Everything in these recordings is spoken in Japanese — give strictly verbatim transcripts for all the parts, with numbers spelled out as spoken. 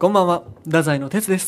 こんばんは、太宰の哲です。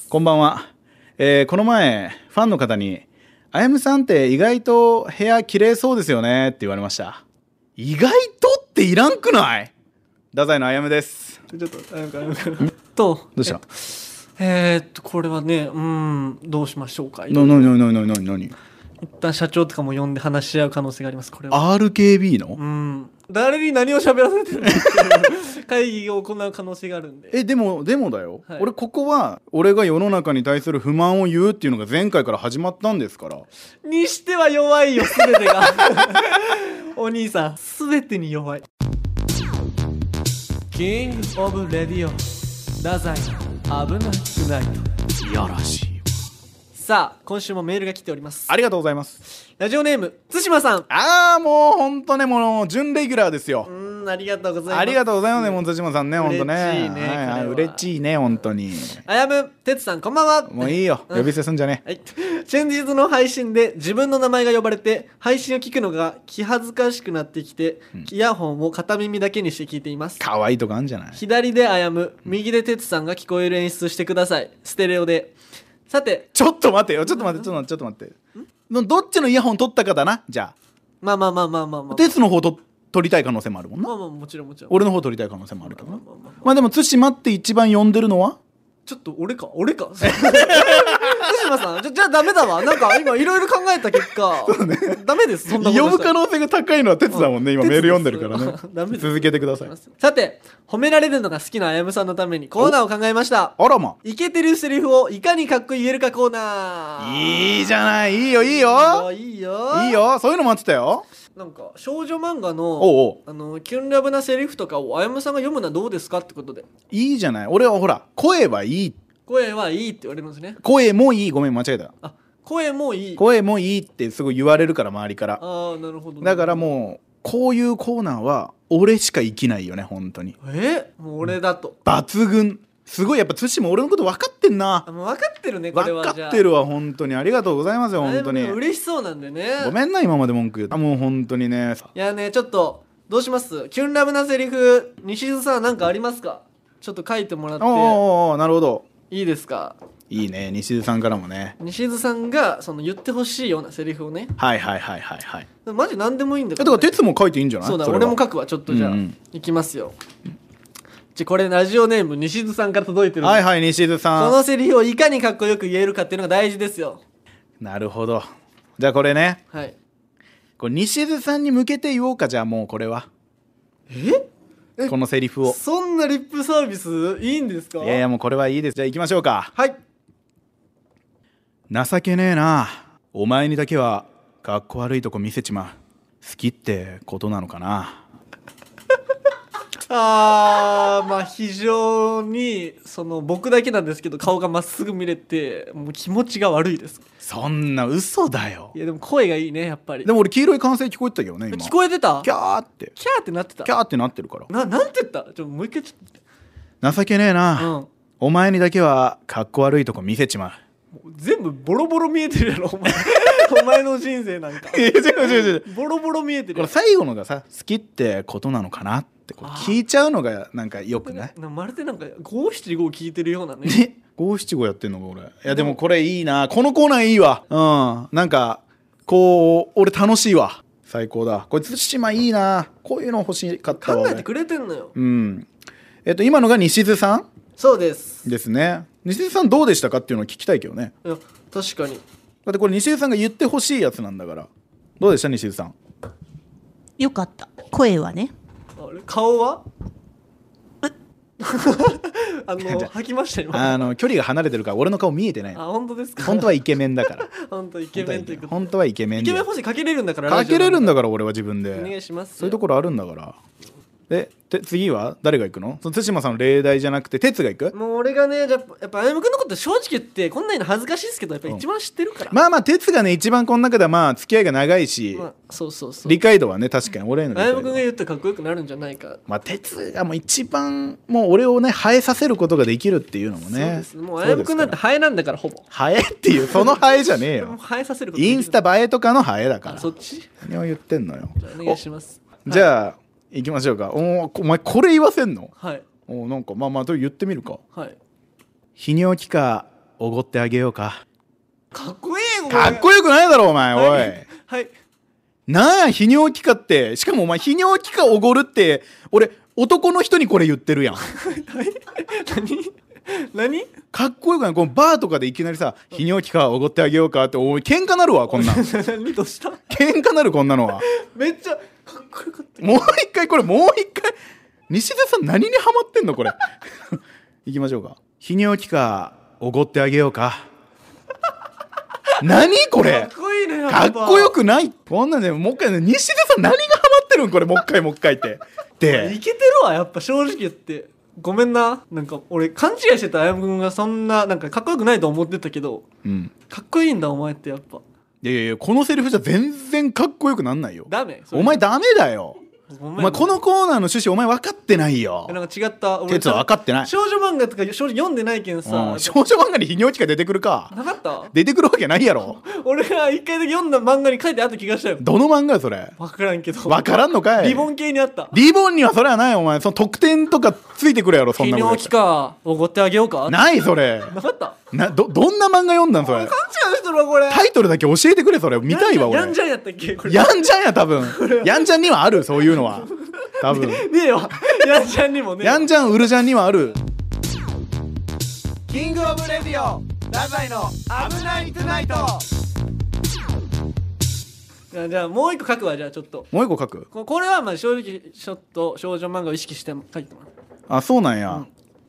こんばんは、えー、この前ファンの方にあやむさんって意外と部屋綺麗そうですよねって言われました。意外とっていらんくない？太宰のあやむです。 ちょっとあやむかあやむかとどうした？ えー、っとこれはね、うんどうしましょうか。 なななななななに一旦社長とかも呼んで話し合う可能性があります。これはアールケービー の、 うん誰に何を喋らせてるのっていう会議を行う可能性があるんで。 えでもでもだよ、 はい、 俺ここは俺が世の中に対する不満を言うっていうのが前回から始まったんですから。 にしては弱いよ、全てがお兄さん全てに弱い。キングオブレディオ太宰の危なくないと。 いやらしい。 さあ今週もメールが来ております。 ありがとうございます。 ラジオネーム対馬さん。 ああもうほんとね、もう準レギュラーですよ。 うーんありがとうございます。 ありがとうございますね、もう対馬さんね、ほんとね。 嬉しいね、 はいはい、 これは嬉しいね、ほんとに。 あやむてつさんこんばんは。 もういいよ、呼び捨てすんじゃね。 はい、先日の配信で自分の名前が呼ばれて配信を聞くのが気恥ずかしくなってきて、うん、イヤホンを片耳だけにして聞いています。 可愛いとこあんじゃない。 左であやむ、右でてつさんが聞こえる演出してください。ステレオで。さてちょっと待ってよ、ちょっと待って、ちょっと待って、ちょっと待って。どっちのイヤホン取ったかだな、じゃあ。 まあまあまあまあまあまあ。 てつの方と取りたい可能性もあるもんな。 まあまあもちろんもちろん。 俺の方取りたい可能性もあるけどな。まあでも対馬って一番呼んでるのはちょっと俺か俺か対馬さんじゃ、じゃあダメだわ。なんか今いろいろ考えた結果ね、ダメです。そんなこと呼ぶ可能性が高いのはてつだもんね、今メール読んでるからね。 ダメです。 続けてください。 さて褒められるのが好きなあやむさんのためにコーナーを考えました。 あらま、 イケてるセリフをいかにかっこ言えるかコーナー。いいじゃない、いいよいいよいいよいいよ、そういうの待ってたよ。 なんか少女漫画のおうおう、 あのキュンラブなセリフとかをあやむさんが読むのはどうですかってことで。 いいじゃない。俺はほら声はいい、 声はいいって言われるんですね。 声もいい、ごめん間違えた。 あ、声もいい、 声もいいってすごい言われるから、周りから。 ああなるほど。 だからもうこういうコーナーは俺しか生きないよね、本当に。 えもう俺だと、 うん、抜群。すごい、やっぱ対馬俺のこと分かってんな。 もう分かってるね、これは。 分かってるわ、本当にありがとうございますよ、本当に。 嬉しそうなんでね。 ごめんな、今まで文句言った。もう本当にね。 いやね、ちょっとどうします？キュンラブなセリフ、西津さんなんかありますか？ちょっと書いてもらって。 おお、なるほど。 いいですか？ いいね、西津さんからもね。 西津さんがその言ってほしいようなセリフをね。 はいはいはいはいはい。 マジ何でもいいんだから、ね。だから鉄も書いていいんじゃない？ そうだ、俺も書くわ。ちょっとじゃあ、うんうん、いきますよ。じゃこれラジオネーム西津さんから届いてる。 はいはい、西津さん。 このセリフをいかにかっこよく言えるかっていうのが大事ですよ。 なるほど。じゃあこれね。 はい。 これ西津さんに向けて言おうか、じゃあもうこれは。 え？ このセリフを。 そんなリップサービスいいんですか？ いやいやもうこれはいいです。じゃあ行きましょうか。 はい。 情けねえな、お前にだけはかっこ悪いとこ見せちまう。好きってことなのかな。 あーまあ非常にその僕だけなんですけど顔がまっすぐ見れてもう気持ちが悪いです。 そんな嘘だよ。 いやでも声がいいね、やっぱり。 でも俺黄色い歓声聞こえてたけどね、今。 聞こえてた？ キャーってキャーってなってた。 キャーってなってるから。 な、なんて言った？ちょもう一回ちょっと。情けねえな、うん、お前にだけはかっこ悪いとこ見せちまう。 もう全部ボロボロ見えてるやろお前お前の人生なんか。いや違う違う違う、ボロボロ見えてる。 これ最後のがさ、好きってことなのかなってこれ聞いちゃうのがなんかよくない？ なまるでなんか五七五聞いてるようなね。 五七五やってんのか俺。いやでもこれいいな、このコーナーいいわ。うん、なんかこう俺楽しいわ。最高だ。これ対馬いいな、こういうの欲しかったわ。 考えてくれてんのよ。 うん。えっと今のが西津さん。 そうですですね。西津さんどうでしたかっていうのを聞きたいけどね。 いや確かに。 だってこれ西津さんが言ってほしいやつなんだから。どうでした西津さん？ よかった。声はね。 あれ顔はあの吐きましたよ。 あの距離が離れてるから俺の顔見えてない。 あ本当ですか？ 本当はイケメンだから。 本当イケメンということ。 本当はイケメン。 イケメン欲しい、かけれるんだから。 かけれるんだから俺は自分で。 お願いします。 そういうところあるんだから。で次は誰が行くの？その対馬さんの例題じゃなくて哲が行く？ もう俺がね、じゃやっぱあやむくんのこと正直言ってこんなに恥ずかしいですけどやっぱ一番知ってるから、 うん、まあまあ哲がね一番この中ではまあ付き合いが長いし、まあ、 そうそうそう、 理解度はね確かに俺への理解度。 あやむくんが言ってかっこよくなるんじゃないか。 まあ哲がもう一番もう俺をね生えさせることができるっていうのもね。 そうです。もうあやむくんなんてハエなんだから、ほぼハエっていうそのハエじゃねえよ。 ハエさせることインスタ映えとかのハエだから。 そっち何を言ってんのよ。 じゃあお願いします。 じゃあ行きましょうか。おお前これ言わせんの？ はい。 おなんかまあまあと言ってみるか。 はい。 泌尿器科おごってあげようか。 かっこいい。 かっこよくないだろお前、 はい、 おい。 はい。 なんや泌尿器科って。しかもお前泌尿器科おごるって俺男の人にこれ言ってるやん。 何何かっこよくない。このバーとかでいきなりさ泌尿器科おごってあげようかっておい喧嘩なるわこんなん。 何どうした？ 喧嘩なるこんなのは。 めっちゃかっこよかった。 もう一回これもう一回西出さん何にハマってんのこれ。いきましょうか。泌尿器科おごってあげようか。何これ。 かっこいいね。 かっこよくない。こんなんでもう一回西出さん何がハマってるんこれ。もう一回もう一回ってでいけてるわやっぱ正直言って。ごめんな。なんか俺勘違いしてたあやむくんがそんななんかかっこよくないと思ってたけど、 うん、 かっこいいんだお前ってやっぱ。 いやいやこのセリフじゃ全然かっこよくなんないよ。 ダメ。 お前ダメだよ。 おお前このコーナーの趣旨お前分かってないよ。 なんか違った哲は分かってない。 少女漫画とか正直読んでないけんさ、 うん、少女漫画に泌尿器科出てくるか。 なかった？ 出てくるわけないやろ。 俺が一回だけ読んだ漫画に書いてあった気がしたよ。 どの漫画よそれ。 分からんけど。 分からんのかい。 リボン系にあった。 リボンにはそれはない。お前その特典とかついてくるやろそんなこと。 泌尿器科おごってあげようか。 ないそれ。 なかった。 な ど, どんな漫画読んだんそれ。 勘違いしてるわこれ。 タイトルだけ教えてくれそれ。見たいわ俺。 やんじゃんやったっけこれ。 やんじゃんや多分。やんじゃんにはあるそういうのは多分。 ねえよ。やんじゃんにもね。 やんじゃんうるじゃんにはある。 キングオブレディオ太宰の危ないトゥナイト。じゃあ、じゃあもう一個書くわ。じゃあちょっともう一個書く。 ここれはまあ正直ちょっと少女漫画を意識して書いてます。 あそうなんや、 うん、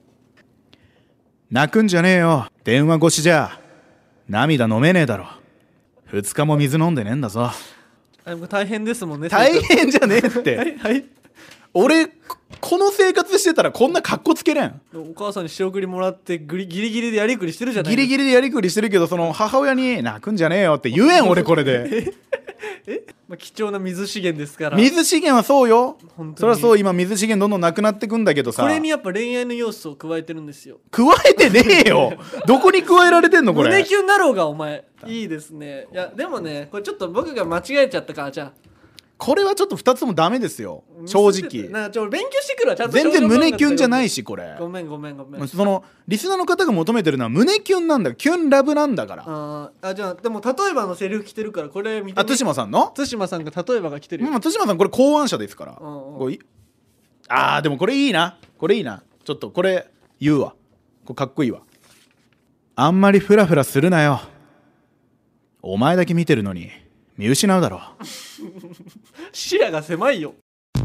泣くんじゃねえよ。電話越しじゃ涙飲めねえだろ。二日も水飲んでねえんだぞ。 大変ですもんね。 大変じゃねえってはい、はい、 俺この生活してたらこんなカッコつけれん。 お母さんに仕送りもらってギリギリギリでやりくりしてるじゃない。 ギリギリでやりくりしてるけどその母親に泣くんじゃねえよって言えん俺これで。 え、まあ、貴重な水資源ですから。 水資源はそうよ。 本当にそれはそう。今水資源どんどんなくなってくんだけどさ、 これにやっぱ恋愛の要素を加えてるんですよ。 加えてねえよ。どこに加えられてんのこれ。 胸キュンだろうがお前。いいですね。いやでもねこれちょっと僕が間違えちゃったから。じゃあこれはちょっとふたつともダメですよ正直。 なんかちょ勉強してくるわ。ちゃんと全然胸キュンじゃないしこれ。 ごめんごめんごめん。 そのリスナーの方が求めてるのは胸キュンなんだ。キュンラブなんだから。 ああじゃあでも例えばのセリフ来てるからこれ見てみ。 あ対馬さんの対馬さんが例えばが来てるよ。 まあ対馬さんこれ考案者ですから。 うんうんこういあーでもこれいいな。これいいな。ちょっとこれ言うわ。これかっこいいわ。あんまりフラフラするなよ。お前だけ見てるのに見失うだろう。 視野が狭いよ。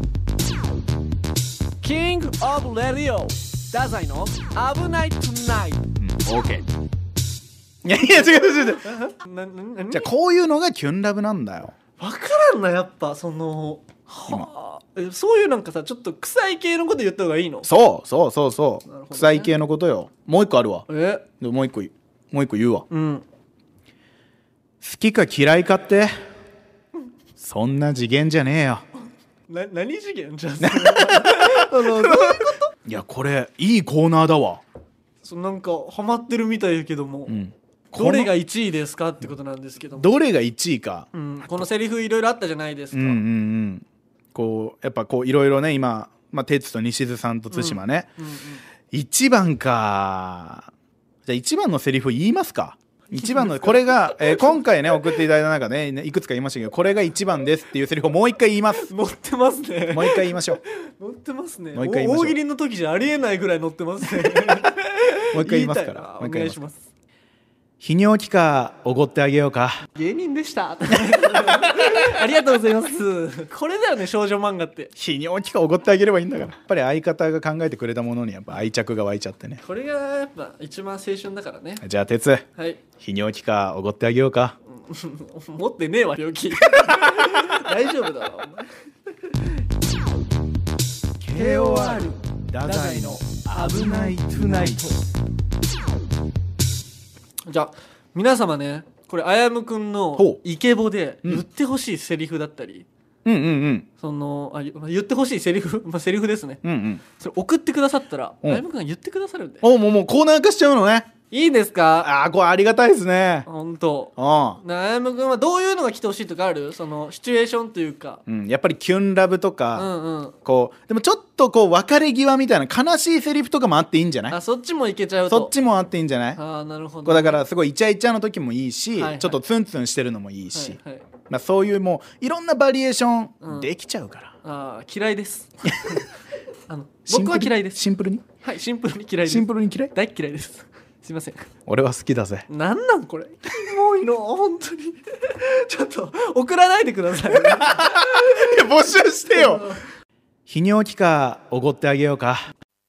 キングオブレディオ太宰の危ないトゥナイト。 うん、オーケー。いやいや違う違う違う。 なななじゃあこういうのがキュンラブなんだよ。 分からんなやっぱそのはあえそういうなんかさちょっと臭い系のこと言った方がいいの。 そうそうそうそう、 ね、 臭い系のことよ。もう一個あるわ。 えでもう一個もう一個言うわ。 うん好きか嫌いかってそんな次元じゃねえよ。 な何次元じゃああのどういうこと。 いやこれいいコーナーだわ。 そなんかハマってるみたいやけども、 うん、 どれがいちいですかってことなんですけども。 どれがいちいか、 うん、このセリフいろいろあったじゃないですか。 うんうんうんこうやっぱこういろいろね今、まあ、哲と西津さんと対馬ね、 うんうんうん、 いちばんか。じゃあいちばんのセリフ言いますか。いちばんのこれが、えー、今回ね送っていただいた中で、ね、いくつか言いましたけどこれがいちばんですっていうセリフをもう一回言います。 乗ってますね。 もう一回言いましょう。 乗ってますね。 もう一回言いましょう。 大喜利の時じゃありえないぐらい乗ってますね。 もう一回言いますから。 お願いします。 泌尿器科おごってあげようか。 芸人でした。ありがとうございます。これだよね少女漫画って。 泌尿器科おごってあげればいいんだから。やっぱり相方が考えてくれたものにやっぱ愛着が湧いちゃってね。 これがやっぱ一番青春だからね。 じゃあ哲、 はい、 泌尿器科おごってあげようか。 持ってねえわ病気。大丈夫だろお前。ケーオーアール太宰の危ないトゥナイト。 じゃあ皆様ねこれあやむくんのイケボで言ってほしいセリフだったり、 うんうんうんそのあ言ってほしいセリフ、まあ、セリフですね、 うんうん、 それ送ってくださったらあうんやむくんが言ってくださるんで。 おもうもうコーナー化しちゃうのね。 いいですか？ あーこれありがたいですね。 ほんと。 うんなあやむくんはどういうのが来てほしいとかある？そのシチュエーションというか。 うん、やっぱりキュンラブとうか、 んうん。 こうでもちょっとこう別れ際みたいな悲しいセリフとかもあっていいんじゃない？ あ、そっちもいけちゃうと。 そっちもあっていいんじゃない？ ああ、なるほど、 こうだからすごいイチャイチャの時もいいし、 はいはいちょっとツンツンしてるのもいいし、 はいはい、 まあ、そういうもういろんなバリエーショうんンできちゃうから、 ああ、嫌いですあのシンプルに僕は嫌いです。 シンプルにはい、シンプルに嫌いです。 シンプルに嫌い？ 大っ嫌いです。すいません。 俺は好きだぜ。 なんなんこれ。キモいの本当にちょっと送らないでください、ね、 いや募集してよ泌尿器科おごってあげようか。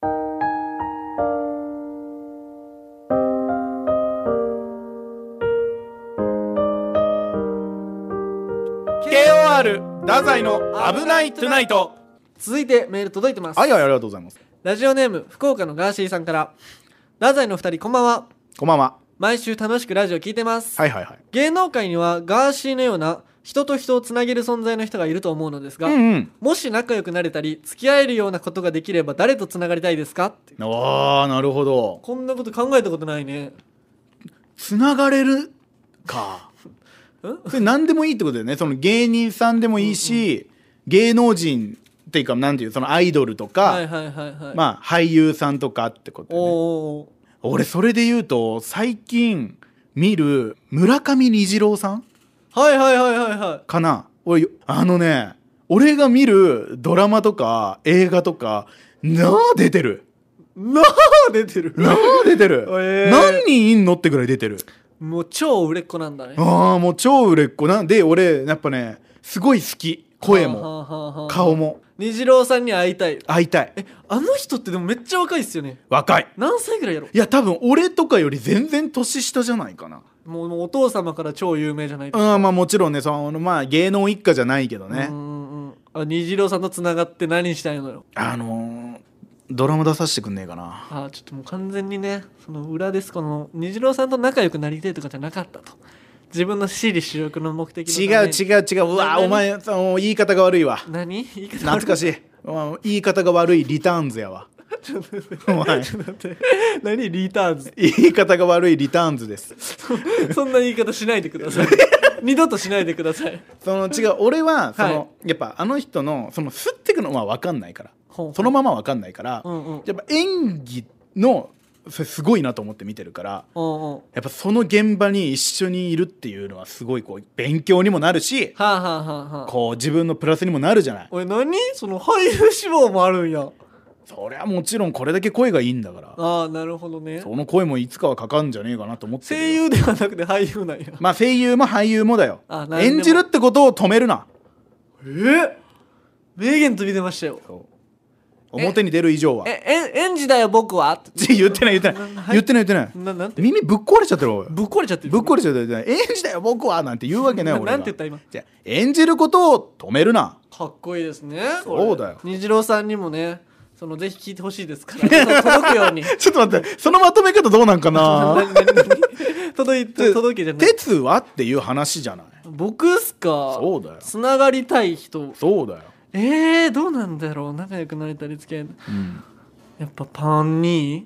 ケーオーアール 太宰の危ないトゥナイト。 続いてメール届いてます。 はいはい、ありがとうございます。 ラジオネーム福岡のガーシーさんから。太宰の二人こんばんは。 こんばんは。 毎週楽しくラジオ聞いてます、 はいはいはい。 芸能界にはガーシーのような人と人をつなげる存在の人がいると思うのですが、 うんうん。 もし仲良くなれたり付き合えるようなことができれば誰とつながりたいですかって。 ああ、なるほど。 こんなこと考えたことないね。 つながれるかそれ何でもいいってことだよね。その芸人さんでもいいし、うんうん、芸能人っていうかなんていうそのアイドルとか、 はいはいはいはい、 まあ俳優さんとかってことね。 おー、 俺それで言うと最近見る村上虹郎さんはいはいはいはいはいかな。俺あのね、俺が見るドラマとか映画とかなあ出てるなあ出てるなあ出てる、 えー、 何人いんのってぐらい出てる。 もう超売れっ子なんだね。 ああもう超売れっ子なんで、俺やっぱねすごい好き。声も顔も。 虹郎さんに会いたい。 会いたい。 え、あの人ってでもめっちゃ若いっすよね。 若い。 何歳ぐらいやろ。 いや多分俺とかより全然年下じゃないかな。 もう、もうお父様から超有名じゃないですか。 か。 うん、まあもちろんね、そのまあ芸能一家じゃないけどね。 うんうん。あ、虹郎さんとつながって何したいのよ。 あのー、ドラマ出させてくんねえかな。 あ、ちょっともう完全にね、その裏です。この虹郎さんと仲良くなりたいとかじゃなかったと。自分の私利私欲の目的のために。 違う違う違う。うわお前その言い方が悪いわ。 何言い方悪い。 懐かしい。言い方が悪いリターンズやわ。 ちょっと待って。ちょっと待って。何リターンズ。 言い方が悪いリターンズです。 そんな言い方しないでください。二度としないでください。 その違う。俺はその、 はい、 やっぱあの人のその吸ってくのは分かんないから。 ほうほう、 そのまま分かんないから、 うんうん、 やっぱ演技のそれすごいなと思って見てるから、 うんうん、 やっぱその現場に一緒にいるっていうのはすごいこう勉強にもなるし、 はあはあはあはあ、 こう自分のプラスにもなるじゃない。 おい何その俳優志望もあるんや。 そりゃもちろんこれだけ声がいいんだから。 ああなるほどね。 その声もいつかはかかんじゃねえかなと思ってる。 声優ではなくて俳優なんや。 まあ声優も俳優もだよ。 あ演じるってことを止めるな。 えー、名言飛び出ましたよ。 そう表に出る以上は。 ええ演じだよ僕はって言ってない言ってない言ってない言ってないななんて耳ぶっ壊れちゃってる。 ぶっ壊れちゃってる。 ぶっ壊れちゃってる。演じだよ僕はなんて言うわけない。俺がなんて言った今。 じゃ演じることを止めるな。 かっこいいですね。 そうだよ。 虹郎さんにもねそのぜひ聞いてほしいですから届くように。 ちょっと待ってそのまとめ方どうなんかな。 届いて届けじゃない。 鉄はっていう話じゃない。 僕っすか。 そうだよ。 つながりたい人。 そうだよ。 えー、どうなんだろう。仲良くなれたり付き合える、うん、やっぱパンに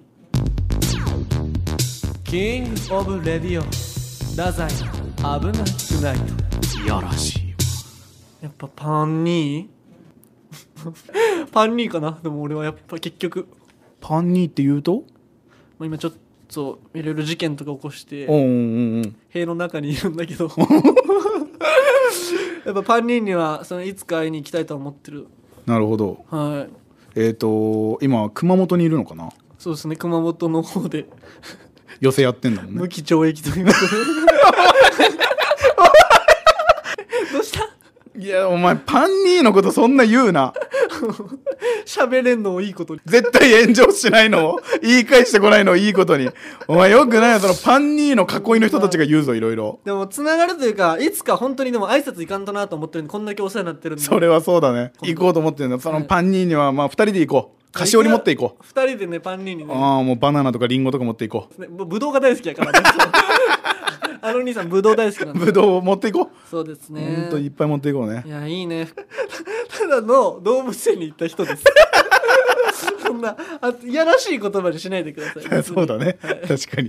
キングオブレディオ太宰の危なくないと。 いやらしいわ。 やっぱパンにパンにかな。でも俺はやっぱ結局パンにって言うと、 まあ、今ちょっといろいろ事件とか起こしてうんうんうん、 塀の中にいるんだけどやっぱパンニーにはそのいつか会いに行きたいと思ってる。 なるほど。 はい。 えっと今熊本にいるのかな。 そうですね熊本の方で寄せやってんだもんね。 無期懲役ということでどうした。 いやお前パンニーのことそんな言うな。 喋れんのをいいことに。 絶対炎上しないのを言い返してこないのをいいことに。お前よくないよそのパンニーの囲いの人たちが言うぞいろいろ。 でもつながるというかいつか本当にでも挨拶行かんとなと思ってるんでこんだけお世話になってるんで。 それはそうだね。行こうと思ってるんだ。そのパンニーにはまあふたりで行こう。菓子折り持っていこう。 ふたりでねパンニーにね。 ああもうバナナとかリンゴとか持っていこう。 ね、ぶどうが大好きやからね。あの兄さんぶどう大好きなんで。 ぶどうを持っていこう。 そうですね。 ほんといっぱい持っていこうね。 いやいいね。ただの動物園に行った人です。そんなあいやらしい言葉にしないでください。 そうだね、はい、確かに。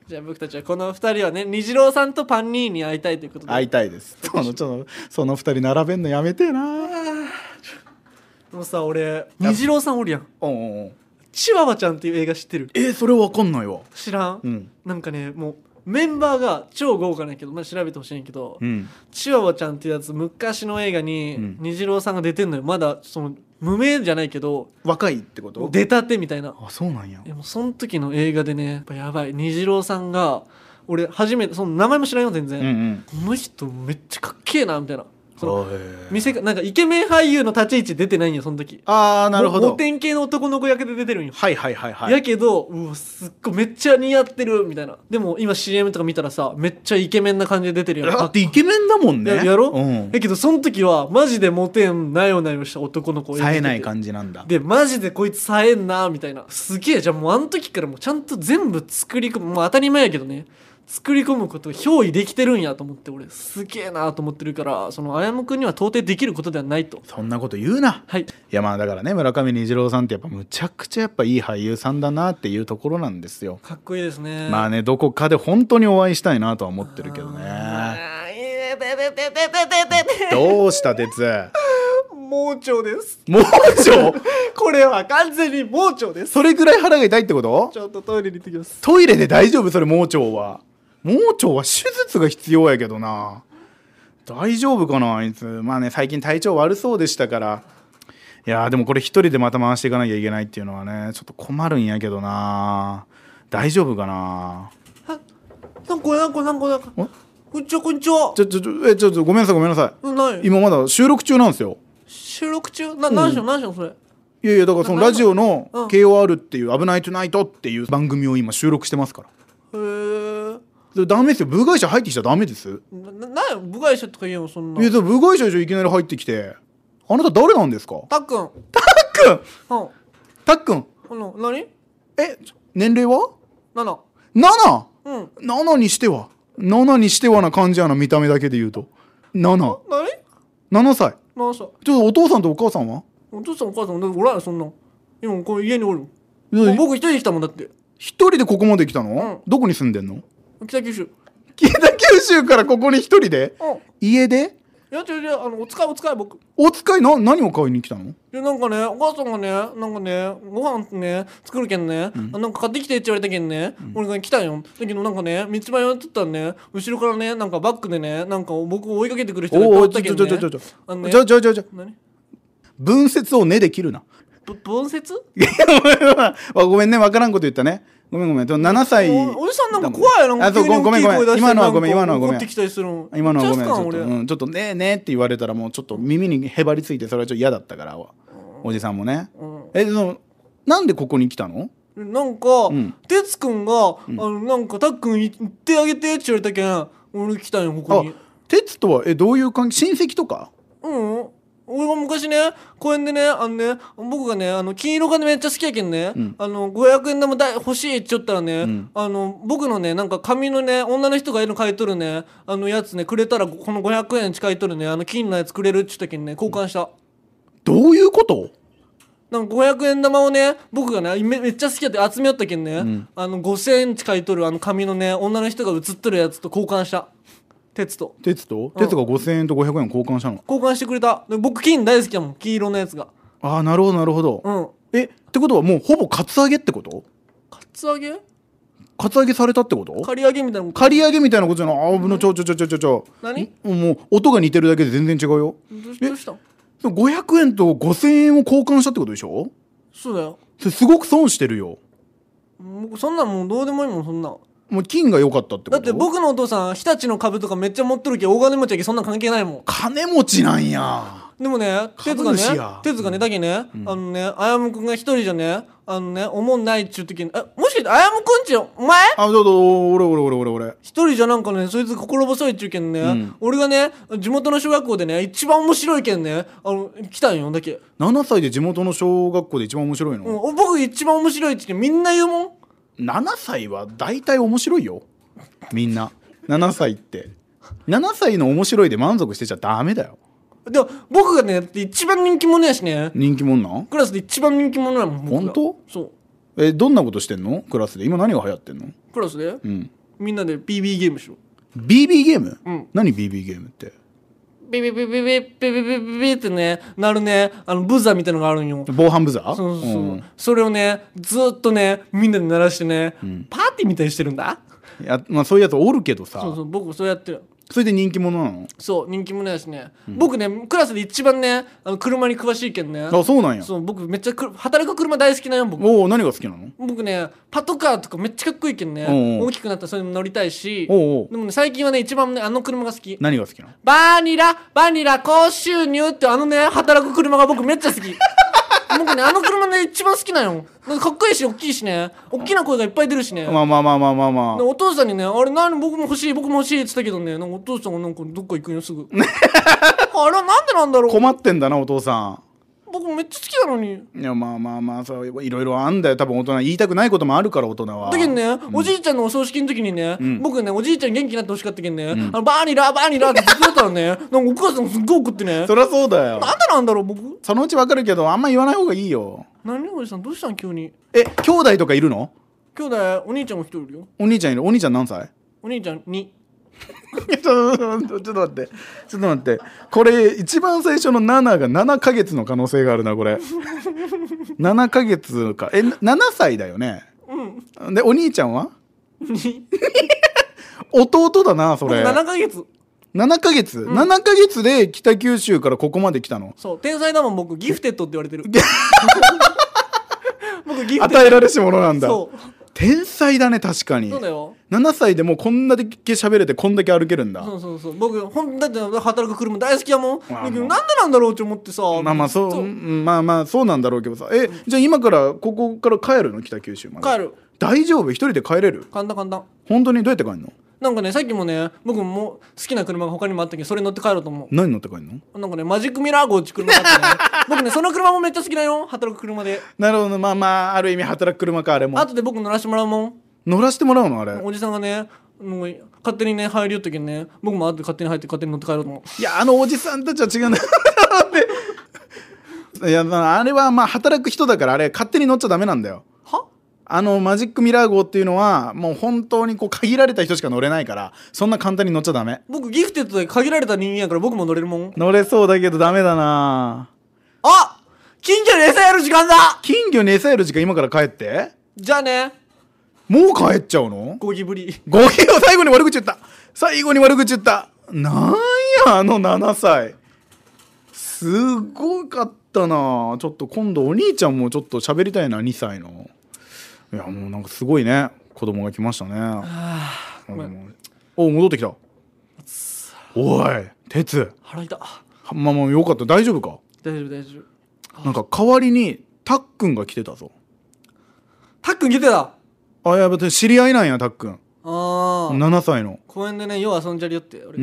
じゃあ僕たちはこのふたりはね、虹郎さんとパンニーに会いたいということで。 会いたいです。そのちょっとそのふたり並べんのやめてえな。 もうさ、俺虹郎さんおるやん。 おうおうおう。 チワワちゃんっていう映画知ってる？ えー、それわかんないわ。 知らん、 うん、 なんかね、もうメンバーが超豪華なんやけど、まあ、調べてほしいんやけど、 うん、 チワワちゃんっていうやつ昔の映画にうん虹郎さんが出てんのよ。まだその無名じゃないけど若いってこと？ 出たてみたいな。 あ、そうなんや。 でもその時の映画でね、やっぱやばい、虹郎さんが、俺初めてその名前も知らんよ全然、 うんうん、 この人めっちゃかっけえなみたいな。そのへー店がなんかイケメン俳優の立ち位置出てないんよその時。 ああ、なるほど。 モテン系の男の子役で出てるんよ。 はいはいはいはい。 やけど、うわすっごいめっちゃ似合ってるみたいな。でも今 シーエム とか見たらさ、めっちゃイケメンな感じで出てるやん。 だってイケメンだもんね。 ややろ、 うん、 やけどその時はマジでモテんなよなよした男の子を演じてて、 冴えない感じなんだ。 でマジでこいつ冴えんなみたいな。すげえ、じゃあもうあの時からもうちゃんと全部作り込む、もう当たり前やけどね、作り込むことを憑依できてるんやと思って、俺すげえなと思ってるから、そのあやむくんには到底できることではないと。 そんなこと言うな。 はい。 いやまあだからね、村上虹郎さんってやっぱむちゃくちゃやっぱいい俳優さんだなっていうところなんですよ。 かっこいいですね。 まあね、どこかで本当にお会いしたいなとは思ってるけどね。 あーえーべべべべべべべどうした鉄？ 盲腸です。 盲腸？ これは完全に盲腸です。 それぐらい腹が痛いってこと？ ちょっとトイレに行ってきます。 トイレで大丈夫？それ盲腸は。盲腸は手術が必要やけどな。大丈夫かなあいつ。まあね、最近体調悪そうでしたから。いやーでもこれ一人でまた回していかなきゃいけないっていうのはね、ちょっと困るんやけどな。大丈夫かな。 なんこなんこなんこなんこ。こんにちはこんにちは。 ちょちょちょえちょちょごめんなさいごめんなさい。 何？ 今まだ収録中なんですよ。 収録中？な何しよう何しようそれ。 いやいやだからそのラジオのうんケーオーアール っていう「危ないトゥナイト」っていう番組を今収録してますから。 へー。 それダメですよ。部外者入ってきちゃダメです。 なななんや部外者とか言えよそんな。 いや部外者でしょ。いきなり入ってきて、あなた誰なんですか？ たっくん。 たっくんうん。 たっくんあの何？ え年齢はなな。 なな？ うん。 ななにしてはななにしてはな感じやな。見た目だけで言うとなな。 何？ ななさい。 何歳？ ちょっとお父さんとお母さんは？ お父さんお母さんだっておらんよそんな。今こう家におる。 いやもう僕一人で来たもんだって。 一人でここまで来たの？ うんどこに住んでんの？ 北九州。 北九州からここに一人で？ うん。 家で？ いや違う違う、あのお使いお使い僕。 お使いな何を買いに来たの？ でなんかね、お母さんがね、なんかね、ご飯ね作るけんね、あなんか買ってきてって言われたけんね、俺が来たんよ。だけどなんかね、道迷っとったらね、後ろからね、なんかバックでね、なんか僕を追いかけてくる人がいっぱいおおおったけんね。 ちょちょちょちょちょあのねちょちょちょちょ何？ 文節を根で切るな。 ぶ分節？ ごめんね、わからんこと言ったね。ごめんごめん。ななさい。 おおじさんなんか怖いな。 あそうごめんごめん。今のはごめん今のはごめん。 怒ってきたりするの。 今のはごめん。ちめっちゃ好きなの俺ょっと、うん、ちょっとねえねえって言われたらもうちょっと耳にへばりついて、それはちょっと嫌だったからおじさんもね。えそのなんでここに来たの？ なんか、 んてつくんが、あのなんかたっくん行ってあげてって言われたけん、俺来たんよここあに。 鉄とはえどういう関係？親戚とか？ うん。俺が昔ね公園でね、あのね僕がねあの金色が、ね、めっちゃ好きやけんね、 んあのごひゃくえん玉だい欲しいって言ったらね、 んあの僕のねなんか紙のね女の人が絵の描いとるねあのやつねくれたらこのごひゃくえん近いとるねあの金のやつくれるって言ったけんね交換した。 どういうこと？ なんかごひゃくえん玉をね僕がねめめっちゃ好きやって集めよったけんね、 んあのごせんえん近いとるあの紙のね女の人が写っとるやつと交換した。鉄と鉄と鉄がごせんえんとごひゃくえん交換したの？ 交換してくれた。で僕金大好きやもん、黄色のやつが。 ああなるほどなるほど。 うん。 えってことはもうほぼカツアゲってこと？ カツアゲ？ カツアゲされたってこと？ 刈り上げみたいなこと。 刈り上げみたいなことじゃない？ああのちょちょちょちょちょちょ何？ んもう音が似てるだけで全然違うよ。 どうしどうしたん？ そのごひゃくえんとごせんえんを交換したってことでしょ？ そうだよ。 それすごく損してるよ。 もうそんなんもうどうでもいいもんそんなん。 もう金が良かったってこと？ だって僕のお父さん日立の株とかめっちゃ持ってるけど大金持ちやけどそんなん関係ないもん。 金持ちなんや。 でもね哲がね株主や哲がねだけね、あのねあやむくんが一人じゃねあのね思んないっちゅう時にえもしかしてあやむくんちお前あどうぞ俺俺俺俺俺一人じゃなんかねそいつ心細いっちゅうけんね、 ん俺がね地元の小学校でね一番面白いけんねあの来たんよだけ、 ななさいで地元の小学校で一番面白いの？ うん、僕一番面白いっちゅうけんみんな言うもん。 ななさいは大体面白いよみんな。ななさいってななさいの面白いで満足してちゃダメだよ。 でも僕がね一番人気者やしね人気者なん？ クラスで一番人気者やもん僕が。 本当？ そうえどんなことしてんのクラスで？今何が流行ってんの？ クラスで、 うんみんなで ビービー ゲームしよう。 ビービー ゲーム、 うん何 ビービー ゲームって。 ビビビビビビビビビビってねなるねあのブザーみたいなのがあるんよ。 防犯ブザー。 そうそうそう、 ん、 それをねずっとねみんなで鳴らしてね、 んパーティーみたいにしてるんだ。 いや、まあ、そういうやつおるけどさ。 そうそう僕そうやってる。 それで人気者なの。 そう人気者やしね、僕ねクラスで一番ねあの車に詳しいけんね。 あ、そうなんや。 そう僕めっちゃく働く車大好きなんよ僕。 おお、何が好きなの。 僕ねパトカーとかめっちゃかっこいいけんね、 おうおう大きくなったらそれに乗りたいし、 おうおう、 でもね最近はね一番ねあの車が好き。 何が好きなの。 バニラバニラ高収入ってあのね働く車が僕めっちゃ好き。僕ねあの車ね一番好きなんよ。なんかかっこいいし大きいしね大きな声がいっぱい出るしね。 まあまあまあまあまあまあ。 でお父さんにねあれ何僕も欲しい僕も欲しいって言ったけどねなんかお父さんがなんかどっか行くんよすぐ。あれなんでなんだろう。 困ってんだなお父さ僕めっちゃ好きなのに。 ん。いやまあまあまあ、そういろいろあんだよ多分大人。言いたくないこともあるから大人は。 だけどね、おじいちゃんのお葬式の時にね、 ん僕ねおじいちゃん元気になってほしかったけんね、あのバニラバニラってずっとやったらねなんかお母さんすっごい怒ってねそりゃそうだよ。 なんでなんだろう僕。 そのうちわかるけどあんま言わない方がいいよ。 何おじさんどうしたん急に。 え、兄弟とかいるの。 兄弟お兄ちゃんも一人いるよ。 お兄ちゃんいる。お兄ちゃん何歳。 お兄ちゃんに。 ちょっとちょっと待ってちょっと待って、これ一番最初のなながななかげつの可能性があるなこれ。ななかげつか。え、ななさいだよね。 うんでお兄ちゃんはに弟だなそ僕れ。 ななかげつ。 ななかげつ、 んななかげつで北九州からここまで来たの。 そう天才だもん僕ギフテッドって言われてる。僕ギフテッド与えられし者なんだ。 そう天才だね確かに。 そうだよ。 ななさいでもうこんだけ喋れてこんだけ歩けるんだ。 そうそうそう僕ほんだって働く車大好きやもん。 まあだけどなんでなんだろうって思ってさ。 まあまあそう、うんまあまあそうなんだろうけどさ。え、じゃあ今からここから帰るの北九州まで。 帰る。 大丈夫。一人で帰れる。 簡単簡単。 本当に。どうやって帰るの。 なんかねさっきもね僕も好きな車が他にもあったけどそれ乗って帰ろうと思何乗って帰るの。 う。なんかねマジックミラー号って車があってね僕ねその車もめっちゃ好きだよ働く車で。 なるほど。まあまあある意味働く車かあれも。 後で僕乗らせてもらうもん。 乗らせてもらうのあれ。 おじさんがねもう勝手にね入りよったけんね僕も後で勝手に入って勝手に乗って帰ろうと思う。 いやあのおじさんたちは違うんだよ。いやまああれはまあ働く人だからあれ勝手に乗っちゃダメなんだよ。 はあのマジックミラー号っていうのはもう本当にこう限られた人しか乗れないからそんな簡単に乗っちゃダメ。 僕ギフテッドで限られた人間やから僕も乗れるもん。 乗れそうだけどダメだな。 あ近所に餌やる時間だ。 金魚に餌やる時間今から帰って。 じゃあねもう帰っちゃうの。 ゴキブリ。 ゴキを最後に悪口言った。最後に悪口言った。なんやあのななさいすごかったな。ちょっと今度お兄ちゃんもちょっと喋りたいな。にさいの。いやもうなんかすごいね子供が来ましたね。 あごめんお戻ってきた。おい鉄。 腹痛。 まあまあよかった。大丈夫か。 大丈夫大丈夫。 なんか代わりにたっくんが来てたぞ。 たっくん来てた。 あ、やべ、知り合いなんやたっくん。 ああななさいの。 公園でねよう遊んじゃりよって俺、 うんうん。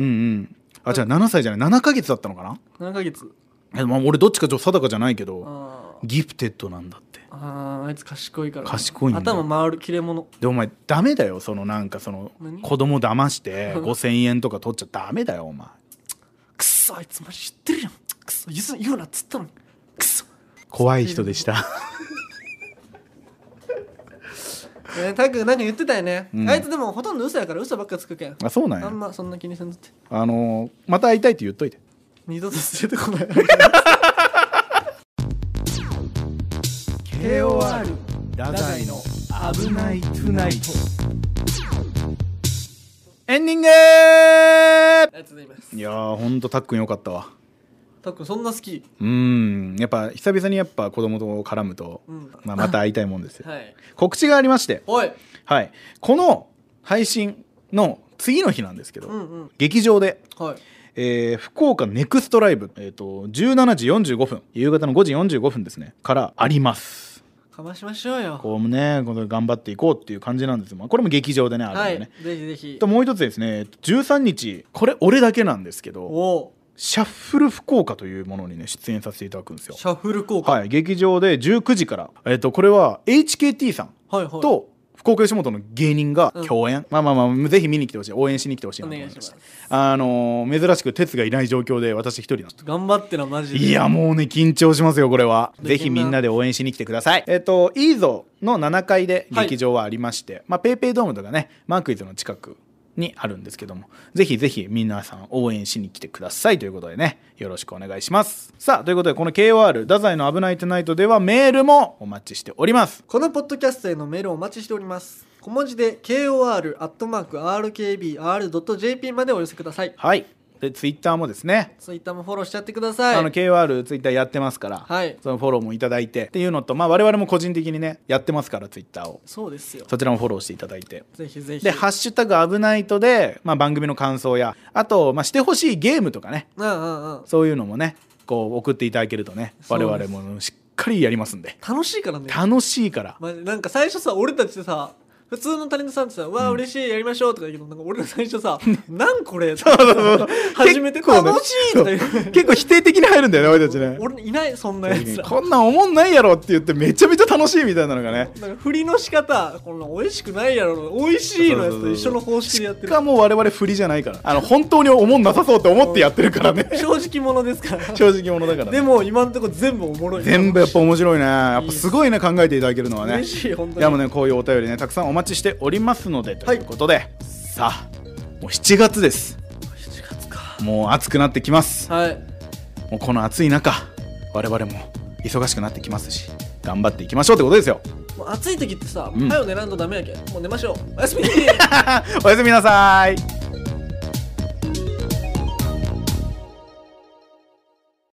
あ、じゃあななさいじゃないななかげつだったのかな。 ななかげつ。 え、まあ、俺どっちかちょっと定かじゃないけどあギフテッドなんだって。 ああいつ賢いから、ね、 賢いんだ頭回る切れ者。 でお前ダメだよそのなんかその何子供騙してごせんえんとか取っちゃダメだよお前。 くっそあいつマジ知ってるやん。くっそ言う言うなっつったのにくっそ。 怖い人でしたえー、たっくんなんか言ってたよね、 うんあいつでもほとんど嘘やから嘘ばっかつくけんあ、そうなんや。 あんまそんな気にせんとってあのー、また会いたいって言っといて。 二度と連れてこない。 ケーオーアール 太宰の危ないトゥナイト。エンディングー。 ありがとうございます。 いやーほんとたっくんよかったわ。 たっくんそんな好き。 うーんやっぱ久々にやっぱ子供と絡むと、 うんまあ、また会いたいもんですよ。 はい告知がありまして、 おいはい、この配信の次の日なんですけど、 うんうん劇場で、 はいえー福岡ネクストライブ、えー、とじゅうしちじよんじゅうごふん夕方のごじよんじゅうごふんですねからあります。 かましましょうよ。 こうもねこの頑張っていこうっていう感じなんです。まあ、これも劇場でねあるんはいでね、 ぜひぜひ。 ともう一つですねじゅうさんにちこれ俺だけなんですけどおシャッフル福岡というものにね出演させていただくんですよ。 シャッフル効果。 はい、劇場でじゅうくじから、えっとこれは エイチケーティー さんはいはい。 と福岡吉本の芸人が共演、うん、まあまあまあぜひ見に来てほしい、応援しに来てほしいなと思いました。あのー、珍しく哲がいない状況で私一人なんです。 頑張ってなマジで。 いやもうね緊張しますよこれは。ぜひみんなで応援しに来てください。えっとイーゾーのななかいで劇場はありまして、はい、まあペイペイドームとかねマークイズの近くにあるんですけども、ぜひぜひ皆さん応援しに来てくださいということでね、よろしくお願いします。さあということでこの ケーオーアール 太宰の危ないトゥナイトではメールもお待ちしております。 このポッドキャストへのメールをお待ちしております。小文字で ケーオーアール アットマーク アールケービーアール ドット ジェーピー までお寄せください。 はい。でツイッターもですね、 ツイッターもフォローしちゃってください。 あの ケーオーアール ツイッターやってますから、はい、そのフォローもいただいてっていうのと、まあ我々も個人的にねやってますからツイッターを。 そうですよ。 そちらもフォローしていただいて、 ぜひぜひ。 でハッシュタグ危ないとで、まあ、番組の感想やあと、まあ、してほしいゲームとかね、 うんうんうん、 そういうのもねこう送っていただけるとね我々もしっかりやりますんで。 楽しいからね。 楽しいから、 まあ、なんか最初さ俺たちでさ普通のタレントさんってさ「うわー嬉しいやりましょう」とか言うけど、なんか俺ら最初さ「なんこれ?」 そうそうそう初めて楽しいとか言う結構否定的に入るんだよね俺たちね。 俺いないそんなやつら。 こんなんおもんないやろって言ってめちゃめちゃ楽しいみたいなのがね。 なんか振りの仕方こんな美味しくないやろ美味しいのやつと一緒の方式でやってる。 しかも我々振りじゃないからあの本当におもんなさそうって思ってやってるからね正直者ですから正直者だから、ね、 でも今のところ全部おもろい。 全部やっぱ面白いね。やっぱすごいね考えていただけるのはね。 嬉しい本当に。 いやもうねこういうお便りねたくさんお待ちしておりますので、ということで、はい、さあもうしちがつです。 しちがつか。 もう暑くなってきます、 はい、 もうこの暑い中我々も忙しくなってきますし頑張っていきましょうってことですよ。 もう暑い時ってさ、うん、早く寝らんとダメやけんもう寝ましょう。おやすみおやすみなさい。